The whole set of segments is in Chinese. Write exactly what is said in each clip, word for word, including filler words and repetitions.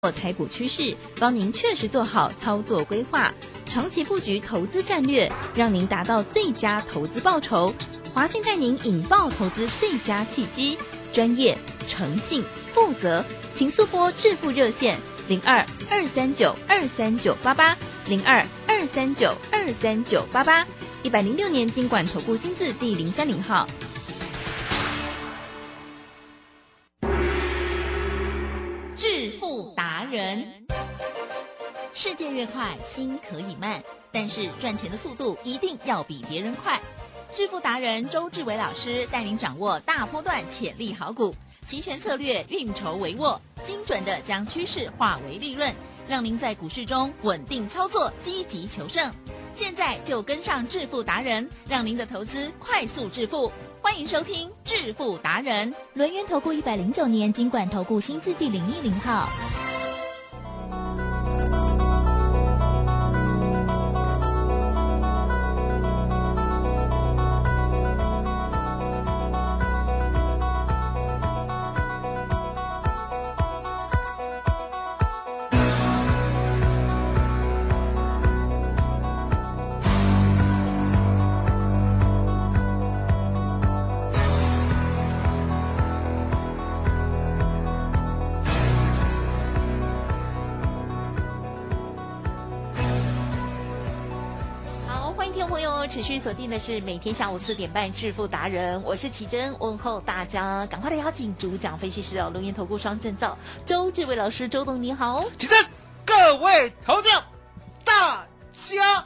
台股趋势，帮您确实做好操作规划，长期布局投资战略，让您达到最佳投资报酬。华信带您引爆投资最佳契机，专业、诚信、负责，请速拨致富热线零二二三九二三九八八零二二三九二三九八八，一百零六年金管投顾新字第零三零号。 致富达人，世界越快，心可以慢，但是赚钱的速度一定要比别人快。致富达人周志伟老师带您掌握大波段潜力好股，齐全策略，运筹帷幄，精准的将趋势化为利润，让您在股市中稳定操作，积极求胜。现在就跟上致富达人，让您的投资快速致富。欢迎收听致富达人， 轮源投顾一百零九年金管投顾新字第零一零号。 持续锁定的是每天下午四点半致富达人，我是奇珍，问候大家，赶快来邀请主讲分析师哦，龙岩投顾双证照周志伟老师，周董你好。 奇珍，各位投资者大家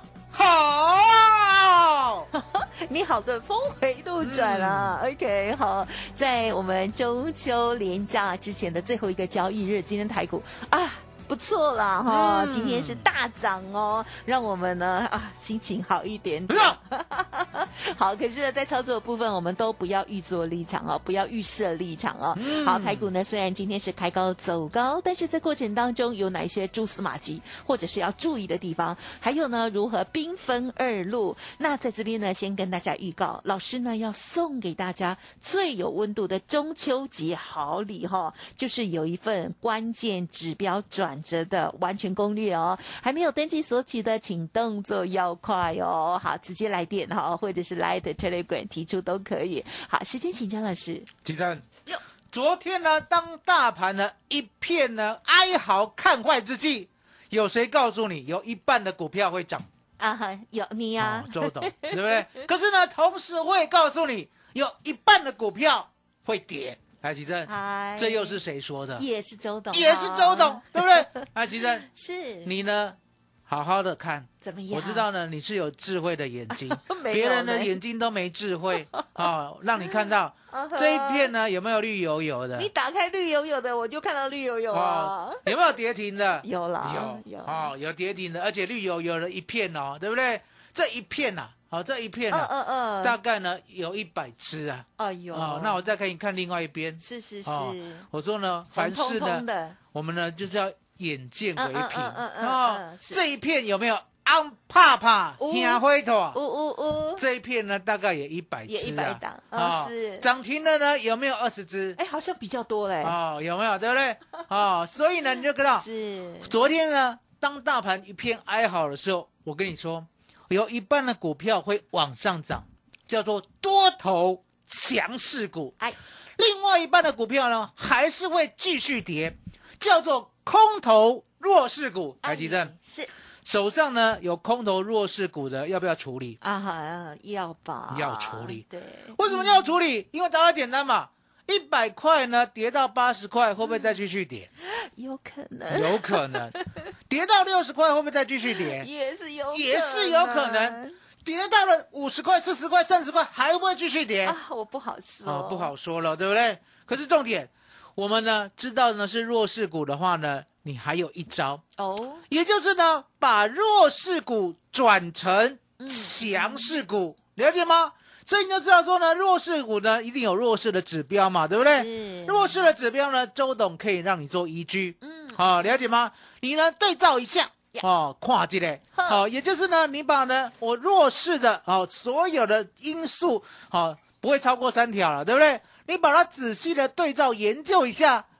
好。 你好的峰回路转啊、嗯、OK 好，在我们周秋连假之前的最后一个交易日，今天台股啊不错啦哈、嗯，今天是大涨哦，让我们呢啊心情好一点点。好，可是呢，在操作的部分，我们都不要预做立场哦，不要预设立场哦。嗯、好，台股呢虽然今天是开高走高，但是在过程当中有哪一些蛛丝马迹，或者是要注意的地方，还有呢如何兵分二路？那在这边呢，先跟大家预告，老师呢要送给大家最有温度的中秋节好礼哈、哦，就是有一份关键指标转折的完全攻略哦，还没有登记索取的，请动作要快哦。好，直接来电哈、哦，或者是来的 Telegram 提出都可以。好，时间请江老师。 奇珍，昨天呢，当大盘呢一片呢哀嚎看坏之际，有谁告诉你有一半的股票会涨？ 啊，有你呀、啊哦，周董，对不对？可是呢，同时会告诉你有一半的股票会跌。哎，奇珍，这又是谁说的？ 也是周董， 也是周董，对不对？哎，奇珍， 是你呢？好好的看， 怎么样？ 我知道呢，你是有智慧的眼睛，别人的眼睛都没智慧哦，让你看到这一片呢有没有绿油油的？ 你打开绿油油的，我就看到绿油油啊、 哦。有没有跌停的？ 有啦， 有有哦，有跌停的，而且绿油油的一片哦，对不对？这一片呐、啊。好、哦，这一片啊， 嗯嗯嗯， 大概呢有一百只啊。 哎呦， 哦，那我再给你看另外一边。 是是是、 哦，我说呢，凡事呢， 通通我们呢就是要眼见为凭。 嗯嗯嗯哦、 嗯， 这一片有没有安怕怕听灰头？ 呜呜呜， 这一片呢大概也一百只啊， 也一百档， 哦， 是涨停的呢有没有二十只？ 哎，好像比较多嘞。 哦，有没有？对不对？哦，所以呢你就看到， 是昨天呢，当大盘一片哀嚎的时候，我跟你说。有一半的股票会往上涨，叫做多头强势股。哎，另外一半的股票呢，还是会继续跌，叫做空头弱势股。台积电是手上呢有空头弱势股的，要不要处理？ 啊，要吧， 要处理。 对， 为什么要处理？因为答案简单嘛。一百块呢，跌到八十块，会不会再继续跌？ 有可能， 有可能。跌到六十块，会不会再继续跌？ 也是有可能， 也是有可能。跌到了五十块、四十块、三十块，还会不会继续跌？ 啊，我不好说， 哦，不好说了，对不对？可是重点，我们呢知道呢是弱势股的话呢，你还有一招哦，也就是呢把弱势股转成强势股，嗯、了解吗？所以你就知道说呢，弱势股呢一定有弱势的指标嘛，对不对？弱势的指标呢，周董可以让你做依据，嗯，好、哦，了解吗？你呢对照一下，哦，看一下，好、哦，也就是呢，你把呢我弱势的哦所有的因素，好、哦，不会超过三条了，对不对？你把它仔细的对照研究一下，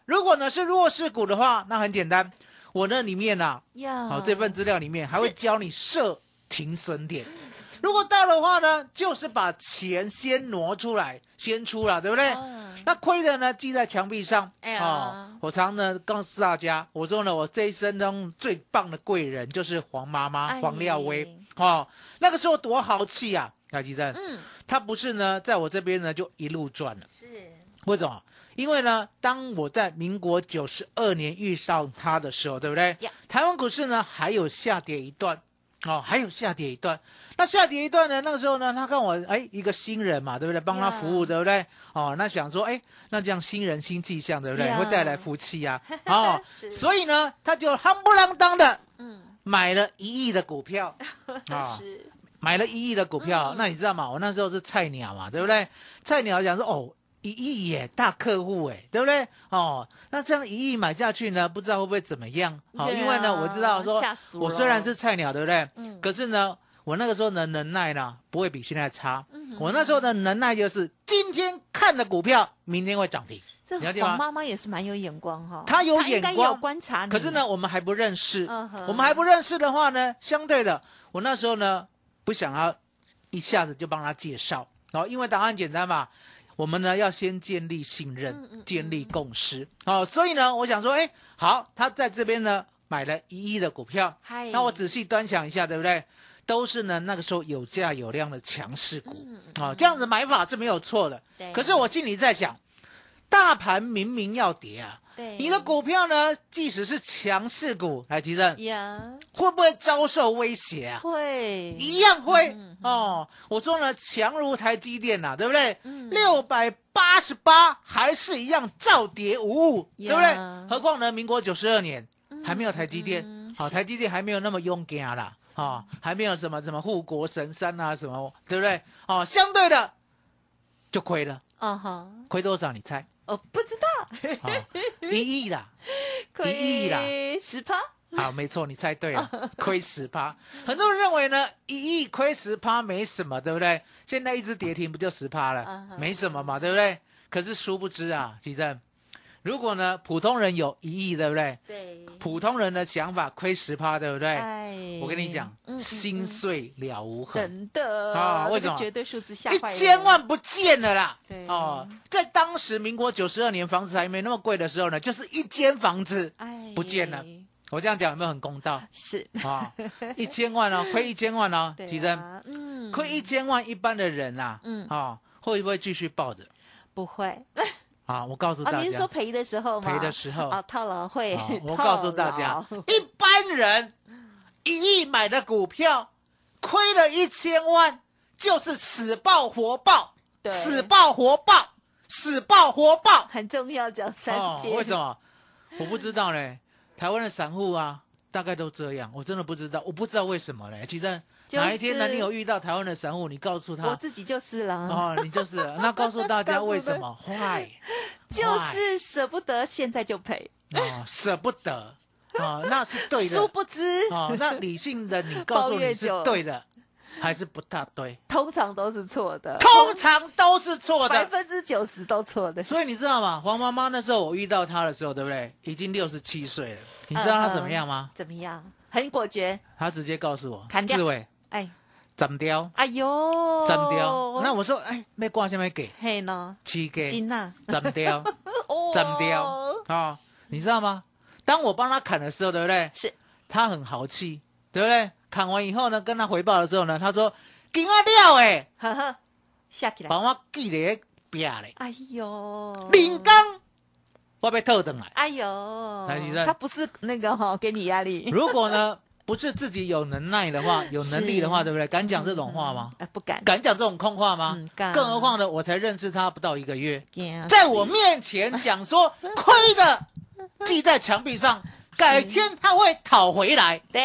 如果呢是弱势股的话，那很简单，我那里面啊，好、 呀这份资料里面还会教你设停损点。如果到的话呢，就是把钱先挪出来，先出了，对不对？ 嗯、 那亏的呢，记在墙壁上。 哎呀哦，我常呢告诉大家，我说呢，我这一生中最棒的贵人就是黄妈妈、 哎、 黄廖威。哦，那个时候多豪气啊，台积电。 嗯， 他不是呢，在我这边呢就一路赚了。 是， 为什么？因为呢，当我在民国九十二年遇上他的时候，对不对？ Yeah. 台湾股市呢还有下跌一段。哦，还有下跌一段，那下跌一段呢？那个时候呢，他看我哎，一个新人嘛，对不对？帮他服务， yeah. 对不对？哦，那想说，哎，那这样新人新气象，对不对？ Yeah. 会带来福气啊。哦，所以呢，他就夯不啷当的，嗯，买了一亿的股票，啊、哦，买了一亿的股票。嗯、那你知道吗？我那时候是菜鸟嘛，对不对？菜鸟讲说，哦。一亿耶，大客户哎，对不对？哦，那这样一亿买下去呢，不知道会不会怎么样？好、哦，因为呢，我知道说，我虽然是菜鸟，对不对？嗯。可是呢，我那个时候的能耐呢，不会比现在差。嗯。我那时候的能耐就是，今天看的股票，明天会涨停。 这黄妈妈也是蛮有眼光哈、哦， 她有眼光， 应该有观察你。 可是呢，我们还不认识。 嗯、 我们还不认识的话呢，相对的，我那时候呢，不想要一下子就帮他介绍，哦，因为答案简单嘛。我们呢要先建立信任，嗯嗯、建立共识，哦，所以呢，我想说，哎，好，他在这边呢买了一亿的股票，那我仔细端详一下，对不对？都是呢那个时候有价有量的强势股，嗯嗯、哦，这样子买法是没有错的。可是我心里在想，大盘明明要跌啊，对，你的股票呢，即使是强势股，来提振， 呀， 会不会遭受威胁啊？ 会， 一样会、嗯、哦。我说呢，强如台积電呐、啊，对不对？六百八十八还是一样照跌无误，對不对？何況呢，民國九十二年、嗯、還沒有台積電，好、嗯哦，台積電還沒有那麼勇敢啦，啊、哦，還沒有什麼什麼護國神山啊，什麼，對不對？哦，相對的就虧了，嗯哼，虧多少？你猜？ 哦，不知道， 哦、一億啦，一億啦， 十趴。 好，没错，你猜对了，亏十趴。很多人认为呢，一亿亏十趴没什么，对不对？现在一只跌停不就十趴了， uh-huh. 没什么嘛，对不对？可是殊不知啊，吉正，如果呢普通人有一亿，对不对？对。普通人的想法亏十趴，对不对？哎，我跟你讲，嗯、心碎了无痕。 真的啊、哦？为什么？ 绝对数字吓坏人， 一千万不见了啦！对哦，在当时民国九十二年房子还没那么贵的时候呢，就是一间房子不见了。我这样讲有没有很公道？ 是啊、哦，一千万哦，亏一千万哦，提真、啊，嗯，亏一千万，一般的人啊，嗯，啊、哦，会不会继续抱着？ 不会。 啊，我告诉大家， 啊、您是說賠的時候嗎？ 賠的時候啊，套牢會、 啊。我告訴大家，一般人一億買的股票，虧了一千萬，就是死抱活抱，死抱活抱，死抱活抱， 很重要，講三遍、 哦。為什麼？我不知道嘞。台灣的散戶啊，大概都這樣，我真的不知道，我不知道為什麼嘞。其實、就是、哪一天呢，你有遇到台灣的散戶，你告訴他， 我自己就是了。 哦，你就是了，那告訴大家為什麼？壞， 就是捨不得，現在就賠。 哦，捨不得，哦，那是對的。 殊不知， 哦，那理性的你告訴你是對的。還是不大對， 通常都是錯的， 通常都是錯的， 百分之九十都錯的。 所以你知道嗎？黃媽媽那時候我遇到她的時候，對不對？已經六十七歲了。你知道她怎麼樣嗎？ 嗯、怎麼樣？很果決。 她直接告訴我， 砍掉。 志偉， 哎， 斬掉。 哎呦， 斬掉。那我說，哎，要掛什麼給？ 嘿呢？ 七給。 金啊。 斬掉。斬掉。啊、哦，你知道嗎？當我幫她砍的時候，對不對？ 是。 她很豪氣，對不對？砍完以後呢，跟他回報的時候呢，他說：“驚啊了誒， 呵呵，嚇起來， 把我記在壁咧。” 哎呦， 林剛，我被偷等來。 哎呦，他不是那個哈、哦，給你壓力。 如果呢，不是自己有能耐的話，有能力的話，對不對？敢講這種話嗎？ 嗯、不敢。 敢講這種空話嗎？ 嗯、敢。 更何況呢，我才認識他不到一個月，在我面前講說虧的記在牆壁上，改天他會討回來。 對。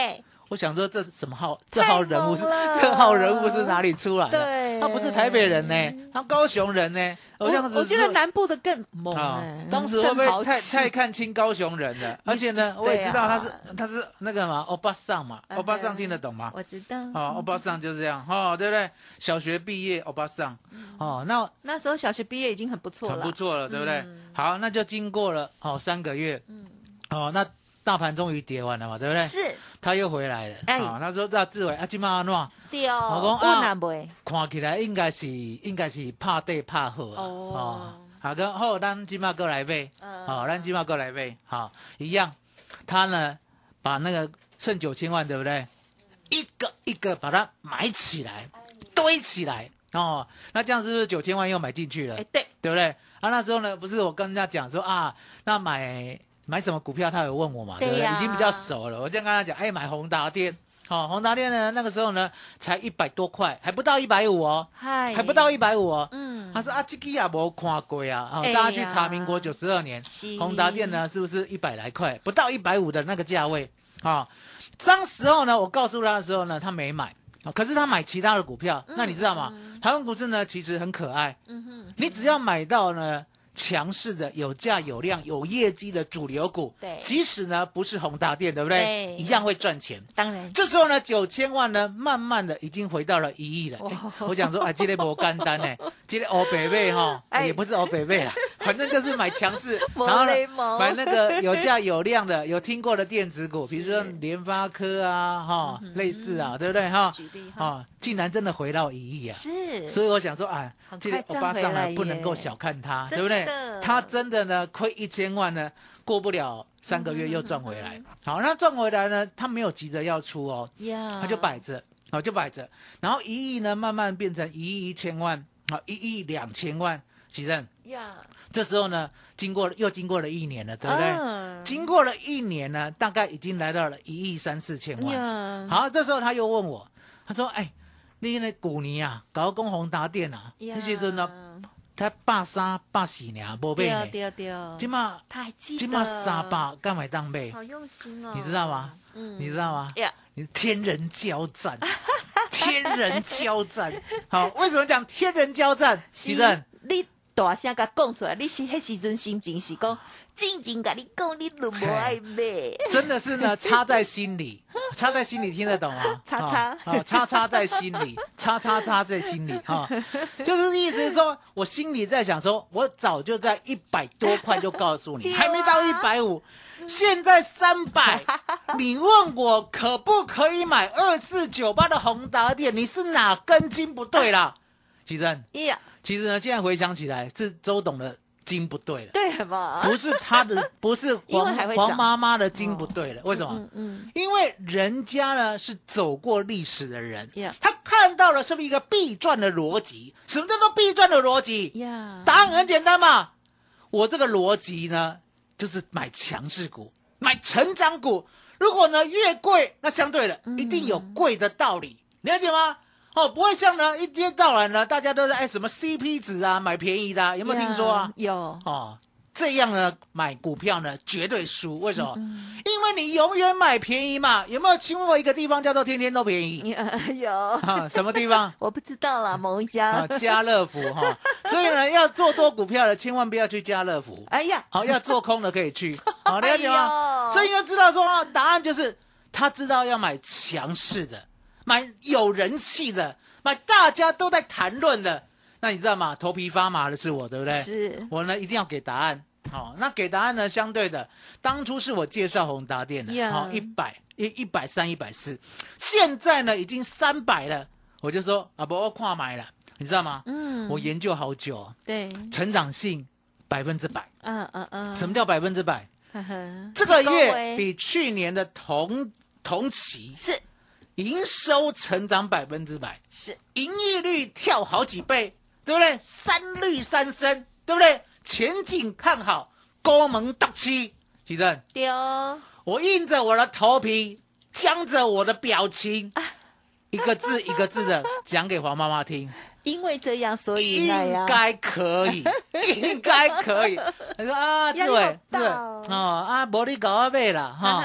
我想说这是什么号？这号人物是这号人物是哪里出来的？ 对， 他不是台北人呢，他高雄人呢。我这样子， 我觉得南部的更猛啊、 欸。 当时会不会太太看清高雄人了？而且呢，我也知道他是、啊、他是那个嘛，欧巴桑嘛，欧巴桑听得懂吗？ 我知道。 哦，欧巴桑就是这样，哦，对不对？小学毕业，欧巴桑，哦，那那时候小学毕业已经很不错了， 很不错了，对不对？嗯、好，那就经过了哦三个月，嗯，哦，那。大盘终于跌完了嘛，对不对？ 是， 他又回来了。哎，哦、他说赵志伟啊，今晚安怎？ 对哦， 我讲啊，看起来应该是应该是拍底拍好啊。哦，哦好个好，咱今晚过来买，嗯、哦，咱今晚过来买，好、哦，一样。他呢，把那个剩九千万，对不对？一个一个把它买起来，堆起来。哦，那这样是不是九千万又买进去了？ 哎，对， 对不对？啊，那时候呢，不是我跟人家讲说啊，那买。买什么股票？他有问我嘛，对不对？已经比较熟了。我这样跟他讲，哎，买宏达电，好、哦，宏达电呢，那个时候呢，才一百多块，还不到一百五哦，嗨，还不到一百五哦。嗯，他说啊，这个也没看过啊，哦哎、大家去查民国九十二年，宏达电呢，是不是一百来块，不到一百五的那个价位啊、哦？当时候呢，我告诉他的时候呢，他没买。可是他买其他的股票，嗯、那你知道吗？嗯、台湾股市呢，其实很可爱。嗯哼，你只要买到呢。强势的有价有量有业绩的主流股，对，即使呢不是宏达电，对不对？对，一样会赚钱。当然，这时候呢九千万呢，慢慢的已经回到了一亿了。欸、我讲说，哎，这个不简单呢，这个欧北贝哈，也不是欧北贝啦，反正就是买强势，然后呢买那个有价有量的、有听过的电子股，比如说联发科啊，哈，类似啊，对不对哈？举例哈，竟然真的回到一亿啊！是，所以我想说，啊，这个欧巴桑呢不能够小看它，对不对？他真的呢，亏一千万呢，过不了三个月又赚回来。嗯、好，那赚回来呢，他没有急着要出哦， yeah. 他就摆着，好就摆着。然后一亿呢，慢慢变成一亿一千万，好一亿两千万，几任？呀， yeah. 这时候呢，经过又经过了一年了，对不对？Uh. 经过了一年呢，大概已经来到了一亿三四千万。Yeah. 好，这时候他又问我，他说：“哎，你那股年啊，搞个宏达电啊，那些阵呢？”才百三百四呢，无买呢。对对对。今嘛，他还记得。今嘛三百，干嘛当买？好用心哦。你知道吗？嗯。你知道吗？呀，你天人交战，天人交战。好，为什么讲天人交战？其实你大声甲讲出来，你是迄时阵心情是讲，静静甲你讲，你都无爱买。 真的是呢，插在心里，插在心里听得懂啊？ 插插， 哦，插插在心里，插插插在心里哈，就是意思是说，我心里在想说，我早就在一百多块就告诉你，还没到一百五，现在三百，你问我可不可以买二四九八的宏达电？你是哪根筋不对啦？其实，其实呢，现在回想起来，是周董的筋不对了， 对嘛？ 不是他的，不是黄黄妈妈的筋不对了。哦、为什么？嗯嗯嗯因为人家呢是走过历史的人， yeah. 他看到了是不是一个必赚的逻辑？什么叫做必赚的逻辑？ Yeah. 答案很简单嘛，我这个逻辑呢，就是买强势股，买成长股。如果呢越贵，那相对的、嗯、一定有贵的道理，了解吗？哦，不会像呢，一天到晚呢，大家都在哎什么 C P 值啊，买便宜的、啊，有没有听说啊？ Yeah, 有哦，这样呢买股票呢绝对输，为什么？嗯、因为你永远买便宜嘛。有没有听过一个地方叫做天天都便宜？ 有啊，什么地方？ 我不知道啦，某一家啊，家乐福哈、哦。所以呢，要做多股票的，千万不要去家乐福。哎呀，好、哦，要做空的可以去，好、哦，了解吗？哎、所以要知道说啊，答案就是他知道要买强势的。买有人气的，买大家都在谈论的，那你知道吗？头皮发麻的是我，对不对？是我呢，一定要给答案。好、哦，那给答案呢，相对的，当初是我介绍宏达电的，好、yeah. 一百一一百三一百四，现在呢已经三百了，我就说啊，不，我看买了，你知道吗？嗯，我研究好久，对，成长性百分之百，嗯嗯嗯，什么叫百分之百？这个月比去年的同同期是。营收成长百分之百，是盈利率跳好几倍，对不对？三率三升，对不对？前景看好，高门大气，其实对哦。我硬着我的头皮，僵着我的表情，啊、一个字一个字的讲给黄妈妈听。 因为这样，所以应该可以，应该可以。他说啊，志伟，志伟，哦啊，无你搞我买啦，哈。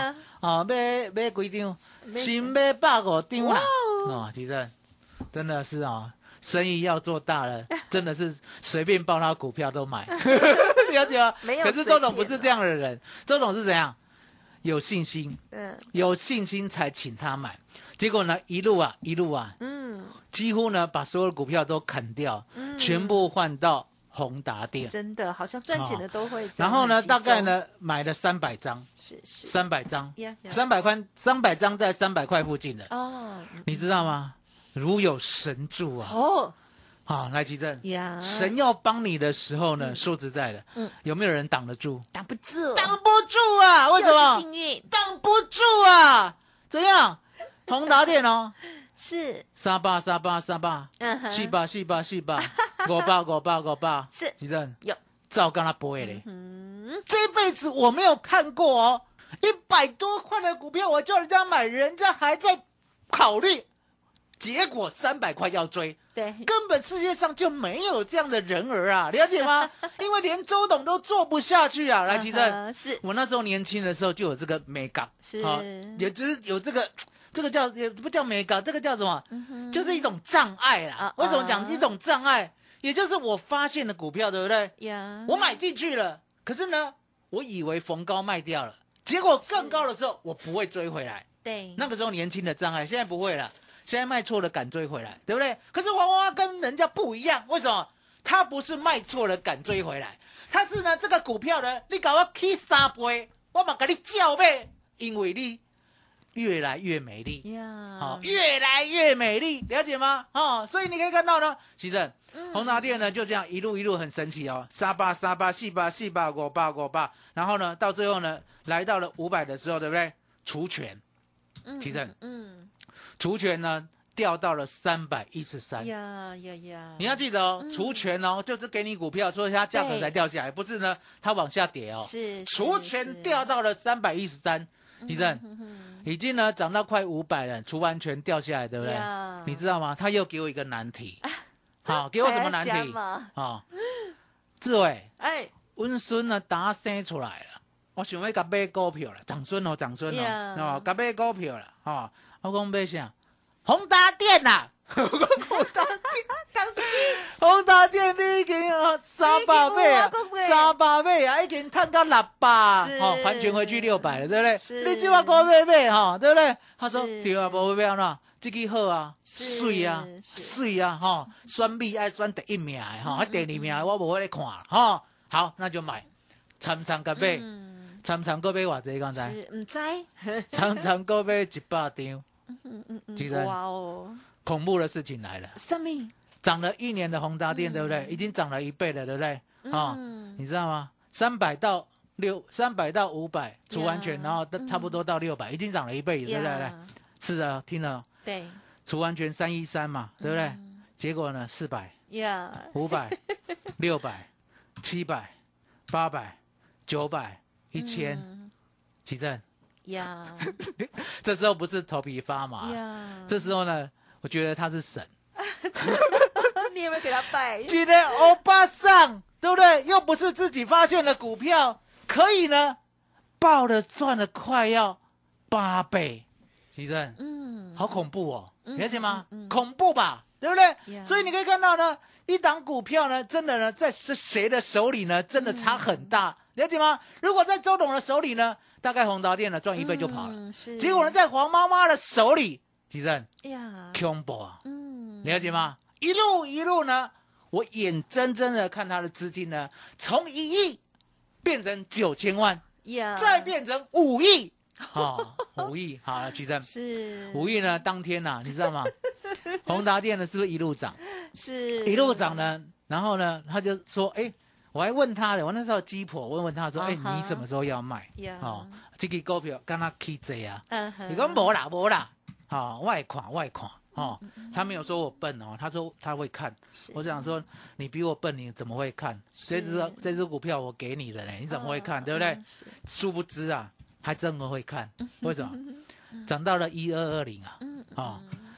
哦，买买几张，新买百五张啦。哦，其实真的是哦，生意要做大了，真的是随便报他股票都买，了解吗？ 没有。 可是周董不是这样的人，周董是怎样？有信心， 嗯， 有信心才请他买。结果呢，一路啊，一路啊，嗯，几乎呢把所有的股票都砍掉，嗯，全部换到宏达电。 真的好像赚钱的都会、哦。 然后呢，大概呢买了三百张， 是是三百张， yeah, yeah. 三百块，三百张在三百块附近的哦， 你知道吗？如有神助啊！ 哦。 好，来奇正， yeah. 神要帮你的时候呢，嗯、说实在的，嗯，有没有人挡得住？ 挡不住， 挡不住啊！为什么？ 幸运挡不住啊！怎样？宏达电哦， 是三百三百三百，嗯，四百四百四百，五百五百五百， 是奇正有， 照跟他不会嘞。嗯，这辈子我没有看过哦，一百多块的股票，我叫人家买，人家还在考虑。结果三百块要追， 对， 根本世界上就没有这样的人儿啊，了解吗？因为连周董都做不下去啊。来，其实、uh-huh, 是我那时候年轻的时候就有这个美感， 是， 也就是有这个，这个叫也不叫美感，这个叫什么？嗯、就是一种障碍啦。Uh-uh. 为什么讲一种障碍？也就是我发现的股票，对不对？ Yeah. 我买进去了，可是呢，我以为逢高卖掉了，结果更高的时候我不会追回来。 对， 那个时候年轻的障碍，现在不会了。现在卖错了敢追回来，对不对？可是娃娃跟人家不一样，为什么？他不是卖错了敢追回来，他是呢这个股票呢，你搞我起三倍，我嘛给你叫呗，因为你越来越美丽， yeah. 哦，越来越美丽，了解吗？哦，所以你可以看到呢，其实宏达电呢就这样一路一路很神奇哦，三百三百四百四百五百五百，然后呢到最后呢来到了五百的时候，对不对？除权，其实嗯。除权呢掉到了三百一十三， 呀呀呀！ 你要记得哦，嗯、除权哦，就是给你股票，所以它价格才掉下来，不是呢，它往下跌哦。 是， 除权掉到了三百一十三，地震、嗯、已经呢涨到快五百了，除完权掉下来，对不对？你知道吗？他又给我一个难题，好、啊，给我什么难题？啊，志伟，哎，温孙呢打生出来了，我想要甲买股票了，长孙哦，长孙哦，哦，甲买股票了，哈、哦。我讲买啥？宏达电啦！宏达电，宏达电你已经三百倍啊，三百倍啊，已经赚到六百，哦，还权回去六百了，对不对？你今晚给我买买哈，对不对？他说对啊，无要哪，这个好啊，水啊，水啊，哈，选美爱选第一名的哈，第二名我无在看哈，好，那就买，参参个买，参参个买偌济刚才？ 唔知， 参参个买一百张。 嗯嗯嗯， 其实哇哦，恐怖的事情来了。 什么？ 涨了一年的宏达电，嗯、对不对？已经涨了一倍了，对不对？啊、嗯哦，你知道吗？三百到六，三百到五百，除完权，然后差不多到六百、嗯，已经涨了一倍，对不对？来，是的，听了。 对， 除完权三一三嘛，对不对？嗯、结果呢，四百， 呀， 五百，六百，七百，八百，九百，一千，奇正。 呀、 yeah. 这时候不是头皮发麻， yeah. 这时候呢，我觉得他是神。 你有没有给他拜？ 今天欧巴桑，对不对？又不是自己发现的股票，可以呢，爆了赚了快要八倍，其实，嗯，好恐怖哦，嗯、了解吗、嗯嗯？恐怖吧，对不对？ Yeah. 所以你可以看到呢，一档股票呢，真的呢，在是谁的手里呢，真的差很大。嗯，了解吗？如果在周董的手里呢，大概宏达电呢赚一倍就跑了。嗯、结果呢，在黄妈妈的手里，其实呀，恐怖啊！嗯，了解吗？一路一路呢，我眼睁睁的看他的资金呢，从一亿变成九千万，呀，再变成五亿，好、哦，五亿，好了，其实是五亿呢，当天呐、啊，你知道吗？宏达电呢，是不是一路涨？ 是， 一路涨呢，然后呢，他就说，哎。我还问他的，我那时候鸡婆问问他说：“哎、uh-huh. 欸，你什么时候要卖？ Yeah. 哦，这个股票跟他起这啊？你说没啦，没啦，好、哦，外款外款哦。Uh-huh. 他没有说我笨哦，他说他会看。我想說你比我笨，你怎麼會看？這支這支股票我給你的嘞，你怎麼會看？ Uh-huh. 對不對？殊不知啊，還真的會看。為什麼？漲到了一二二零啊， uh-huh. 哦。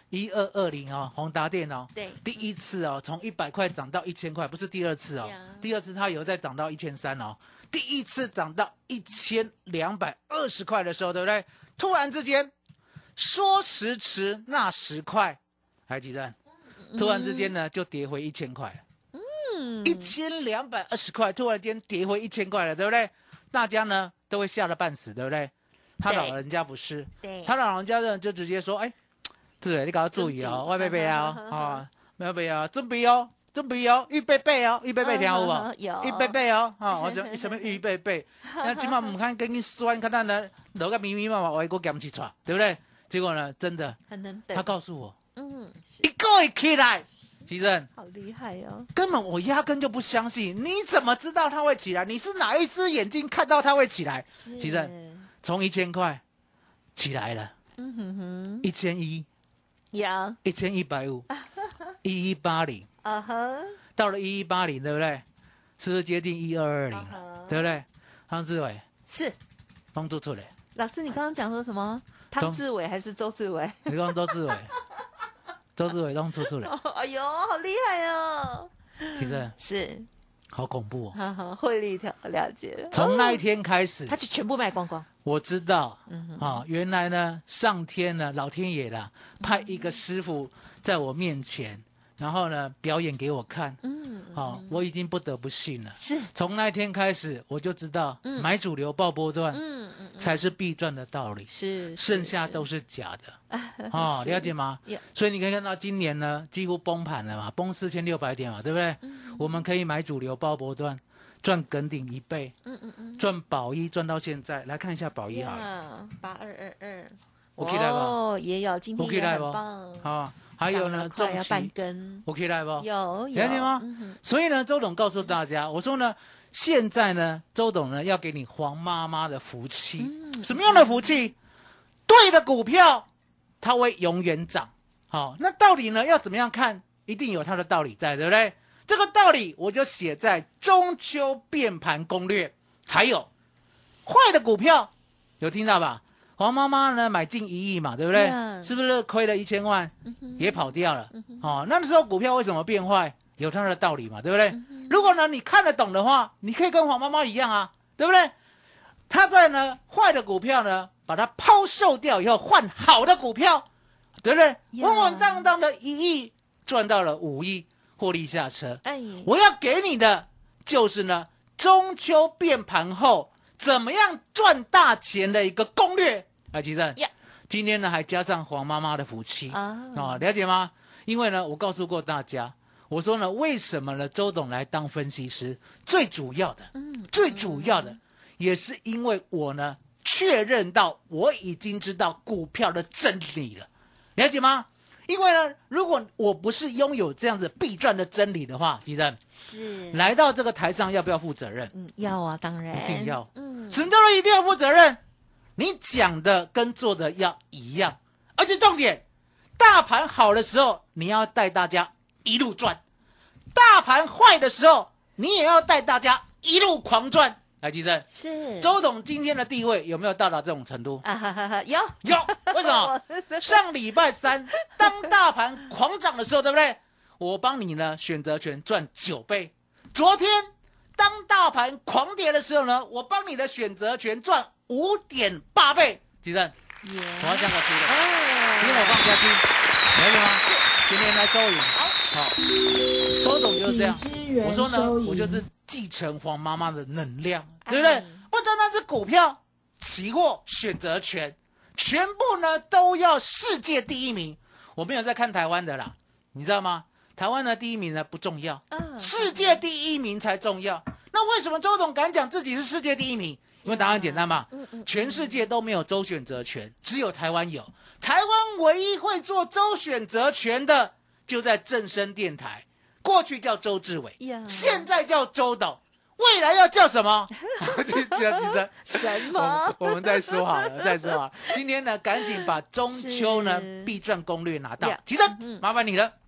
一二二零哦，宏达电哦， 对， 第一次哦，从一百块涨到一千块，不是第二次哦，第二次它有再涨到一千三哦，第一次涨到一千两百二十块的时候，对不对？突然之间，说时迟那时快，还记得？突然之间呢，就跌回一千块了。嗯，一千两百二十块，突然间跌回一千块了，对不对？大家呢都会吓得半死，对不对？他老人家不是， 对， 他老人家呢就直接说，哎，对，你给他注意哦，外备备哦，啊，没有备哦，准备哦，准备哦，预备备哦，预备备听有无？ 有， 预备备哦，哈，我讲什么预备备？那起码唔看跟你酸，看他呢，落个密密麻麻，我一个讲起出来，对不对？结果呢，真的，他告诉我，嗯，一个一起来。奇正， 好厉害哦！ 根本我压根就不相信，你怎么知道它会起来？你是哪一只眼睛看到它会起来？奇正，从一千块起来了，嗯哼哼，一千一， 有一千一百五，一一八零，啊哈，到了一一八零，对不对？是不是接近一二二零了？对不对？汤志伟是帮助出来。 老师，你刚刚讲说什么？汤志伟还是周志伟？ 你刚周志伟。周志伟弄出出来， 哎呦，好厉害哦！ 其实是好恐怖哦，汇率条了解了。 从那一天开始， 他就全部卖光光。 我知道，嗯啊，原来呢，上天呢，老天爷啦，派一个师傅在我面前，然后呢，表演给我看。嗯，好，我已经不得不信了。 是， 从那一天开始，我就知道，买主流爆波段，嗯嗯，才是必赚的道理。 是， 剩下都是假的。哦，了解吗？所以你可以看到今年呢，几乎崩盘了嘛，崩四千六百点嘛，对不对？我们可以买主流爆波段，赚耿鼎一倍。嗯嗯嗯，赚宝一赚到现在，来看一下宝一好了， 八二二二， 我期待吧？ 哦，也有，今天也很棒。 好。还有呢，中期半根， 我可以来不？ 有， 了解吗？嗯、所以呢，周董告诉大家，我说呢，现在呢，周董呢要给你黄妈妈的福气，嗯、什么样的福气？对的股票，它会永远涨。好，那到底呢要怎么样看？一定有它的道理在，对不对？这个道理我就写在中秋变盘攻略，还有坏的股票，有听到吧？黄妈妈呢买进一亿嘛，对不对？ Yeah. 是不是亏了一千万，嗯、也跑掉了？嗯、哦，那时候股票为什么变坏？有它的道理嘛，对不对？嗯、如果呢你看得懂的话，你可以跟黄妈妈一样啊，对不对？他在呢坏的股票呢，把它抛售掉以后，换好的股票，对不对？ Yeah. 稳稳当当的一亿赚到了五亿，获利下车。哎，我要给你的就是呢，中秋变盘后。怎么样赚大钱的一个攻略啊，奇正， yeah. 今天呢还加上黄妈妈的福气啊、哦，了解吗？因为呢，我告诉过大家，我说呢，为什么呢？周董来当分析师，最主要的，嗯，最主要的，也是因为我呢确认到我已经知道股票的真理了，了解吗？因为呢，如果我不是拥有这样子必赚的真理的话，奇正是来到这个台上要不要负责任？ 嗯，要啊，当然一定要。嗯，什么叫做一定要负责任？你讲的跟做的要一样，而且重点，大盘好的时候你要带大家一路赚，大盘坏的时候你也要带大家一路狂赚。来，奇正，是周董今天的地位有没有到达这种程度？啊哈哈哈，有有，为什么？上礼拜三当大盘狂涨的时候，对不对？我帮你呢选择权赚九倍。昨天当大盘狂跌的时候呢，我帮你的选择权赚五点八倍。奇正，我要讲个出的，因为我放下去，了解吗？是，今天来收银。好，好，周董就是这样。我说呢，我就是继承黄妈妈的能量，对不对？不单单是股票、期货、选择权，全部呢都要世界第一名。我没有在看台湾的啦，你知道吗？台湾的第一名呢不重要，世界第一名才重要。那为什么周董敢讲自己是世界第一名？因为答案简单嘛，全世界都没有周选择权，只有台湾有。台湾唯一会做周选择权的，就在正声电台。过去叫周志伟， yeah. 现在叫周董，未来要叫什么？就记得什么？ 我们再说好了，再说好了。今天呢，赶紧把中秋呢必赚攻略拿到。奇正，麻烦你了。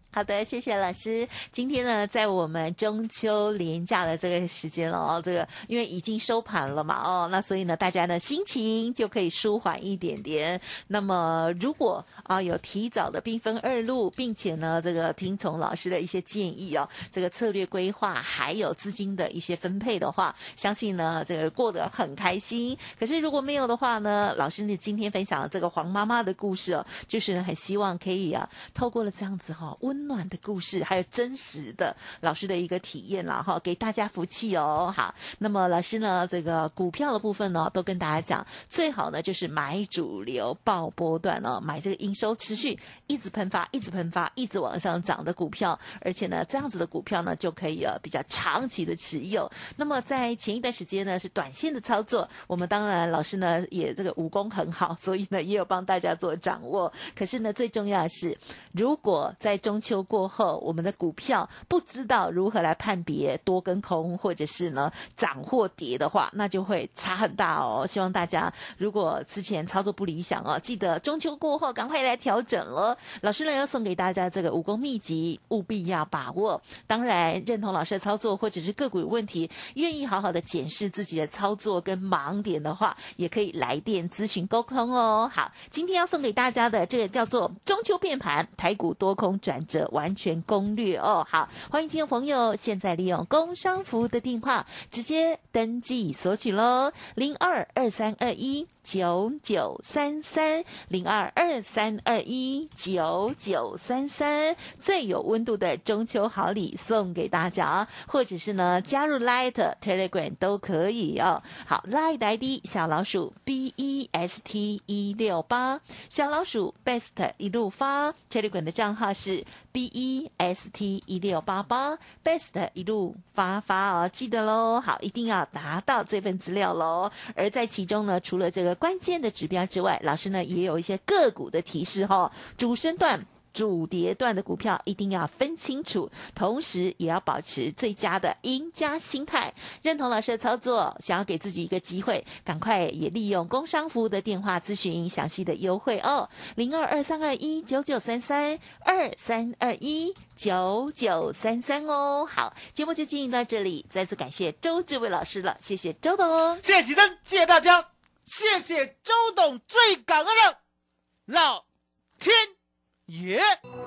好的，谢谢老师。今天呢，在我们中秋连假的这个时间了哦，这个因为已经收盘了嘛哦，那所以呢，大家呢心情就可以舒缓一点点。那么如果啊有提早的兵分二路，并且呢这个听从老师的一些建议哦，这个策略规划还有资金的一些分配的话，相信呢这个过得很开心。可是如果没有的话呢，老师呢今天分享的这个黄妈妈的故事哦，就是呢很希望可以啊透过了这样子哈、哦、温暖的故事，还有真实的老师的一个体验啦哈，给大家福气哦。好，那么老师呢，这个股票的部分呢，都跟大家讲，最好呢就是买主流爆波段哦，买这个营收持续一直喷发、一直喷发、一直往上涨的股票，而且呢，这样子的股票呢，就可以呃比较长期的持有。那么在前一段时间呢，是短线的操作，我们当然老师呢也这个武功很好，所以呢也有帮大家做掌握。可是呢，最重要的是，如果在中秋过后，我们的股票不知道如何来判别多跟空，或者是呢涨或跌的话，那就会差很大哦。希望大家如果之前操作不理想哦，记得中秋过后赶快来调整了。老师呢要送给大家这个武功秘籍，务必要把握。当然认同老师的操作，或者是个股有问题，愿意好好的检视自己的操作跟盲点的话，也可以来电咨询沟通哦。好，今天要送给大家的这个叫做中秋变盘台股多空转折完全攻略哦。好，欢迎听众朋友现在利用工商服务的电话直接登记索取咯，零二二三二一九九三三零二二三二一九九三三，最有温度的中秋好礼送给大家，或者是呢加入 Light Telegram 都可以哦。好 ，Light I D 小老鼠 B E S T 一六八，小老鼠 Best 一路发 ，Telegram 的账号是 B E S T 一六八八 ，Best 一路发发哦，记得喽。好，一定要拿到这份资料喽。而在其中呢，除了这个关键的指标之外，老师呢也有一些个股的提示哈、哦，主升段、主跌段的股票一定要分清楚，同时也要保持最佳的赢家心态。认同老师的操作，想要给自己一个机会，赶快也利用工商服务的电话咨询详细的优惠哦，零二二三二一九九三三二三二一九九三三哦。好，节目就进行到这里，再次感谢周志伟老师了，谢谢周董， 谢谢启真，谢谢大家。谢谢周董，最感恩的老天爷。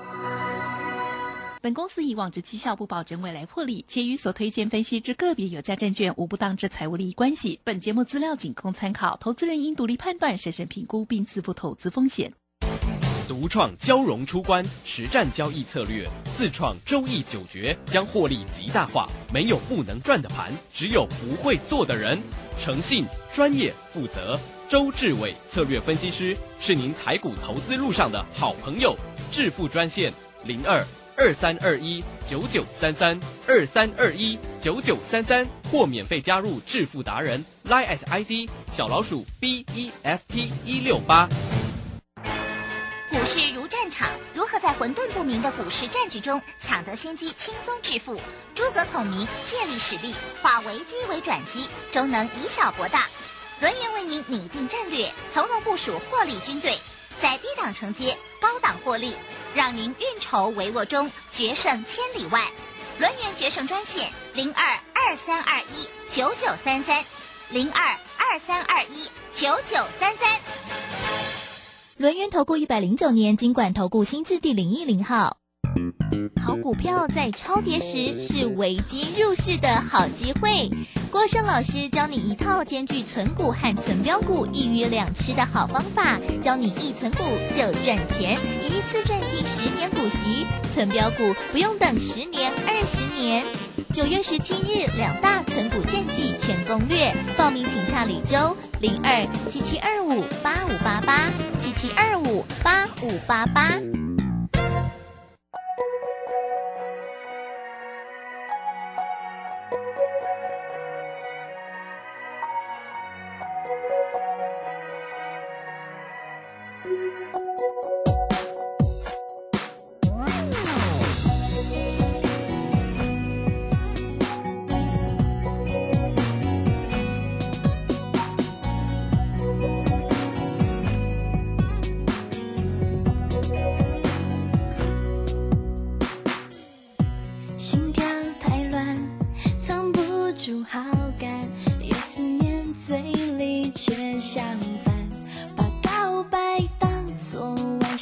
本公司以往之绩效不保证未来获利，且与所推荐分析之个别有价证券无不当之财务利益关系。本节目资料仅供参考，投资人应独立判断、审慎评估并自负投资风险。 独创交融出关实战交易策略，自创周易九诀，将获利极大化。没有不能赚的盘，只有不会做的人。诚信、专业、负责，周志伟策略分析师是您台股投资路上的好朋友。致富专线零二二三二一九九三三二三二一九九三三，或免费加入致富达人 Line at I D 小老鼠 B E S T 一六八。 股市如战场，如何在混沌不明的股市战局中抢得先机，轻松致富？诸葛孔明借力使力，化危机为转机，终能以小博大。轮源为您拟定战略，从容部署获利军队，在低档承接，高档获利，让您运筹帷幄中决胜千里外。轮源决胜专线零二二三二一九九三三零二二三二一九九三三。 轮源投顾一百零九年金管投顾新字第零一零号。好股票在超跌时是危机入市的好机会。郭生老师教你一套兼具存股和存标股一鱼两吃的好方法，教你一存股就赚钱，一次赚进十年股息，存标股不用等十年二十年。九月十七日两大存股战绩全攻略，报名请洽李周零二七七二五八五八八七七二五八五八八。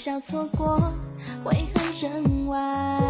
小错过会很整晚，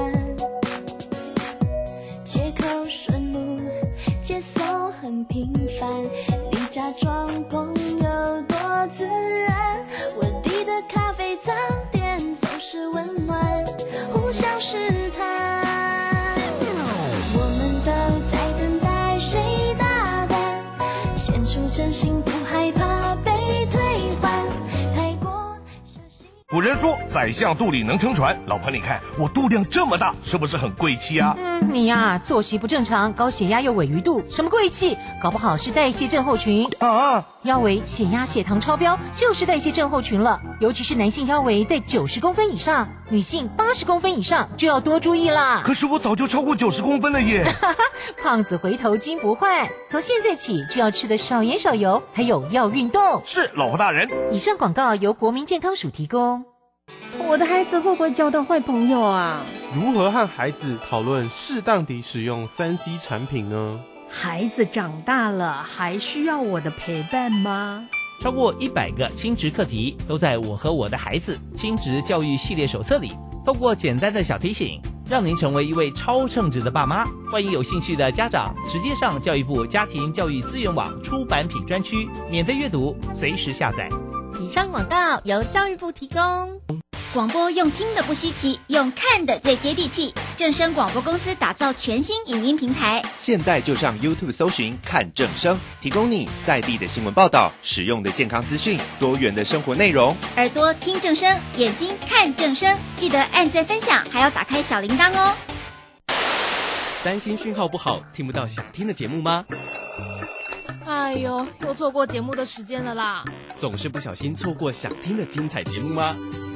借口顺路节奏很平凡，你假装朋友多自然，我递的咖啡早点总是温暖，互相试探，我们都在等待谁大胆献出真心，不害怕被退还，太过小心。 古人说宰相肚里能撑船，老婆你看我肚量这么大，是不是很贵气啊？ 嗯，你呀、啊、作息不正常，高血压又尾鱼肚，什么贵气？搞不好是代谢症候群啊！ 腰围、血压、血糖超标就是代谢症候群了，尤其是男性腰围在九十公分以上，女性八十公分以上就要多注意啦。 可是我早就超过九十公分了耶！ 胖子回头金不换，从现在起就要吃得少盐少油，还有要运动。 是，老婆大人。 以上广告由国民健康署提供。 我的孩子会不会交到坏朋友啊？ 如何和孩子讨论适当地使用 三 C 产品呢？ 孩子长大了，还需要我的陪伴吗？ 超过一百个亲职课题都在我和我的孩子亲职教育系列手册里，透过简单的小提醒，让您成为一位超称职的爸妈。欢迎有兴趣的家长直接上教育部家庭教育资源网出版品专区免费阅读，随时下载。 以上广告由教育部提供。 广播用听的不稀奇，用看的最接地气。正声广播公司打造全新影音平台， 现在就上 YouTube 搜寻看正声，提供你在地的新闻报道、实用的健康资讯、多元的生活内容。 耳朵听正声，眼睛看正声，记得按赞分享，还要打开小铃铛哦。 担心讯号不好，听不到想听的节目吗？ 哎呦，又错过节目的时间了啦！ 总是不小心错过想听的精彩节目吗？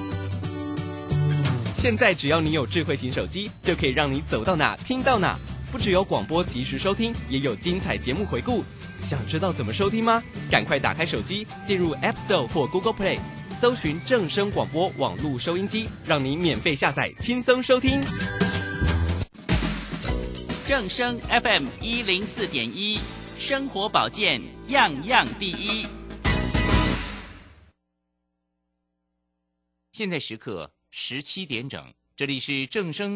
现在只要你有智慧型手机，就可以让你走到哪听到哪。不只有广播及时收听，也有精彩节目回顾。想知道怎么收听吗？赶快打开手机，进入 App Store 或 Google Play， 搜寻正声广播网络收音机，让你免费下载，轻松收听。 正声 F M 一零四点一，生活保健样样第一。现在时刻十七点整，这里是正声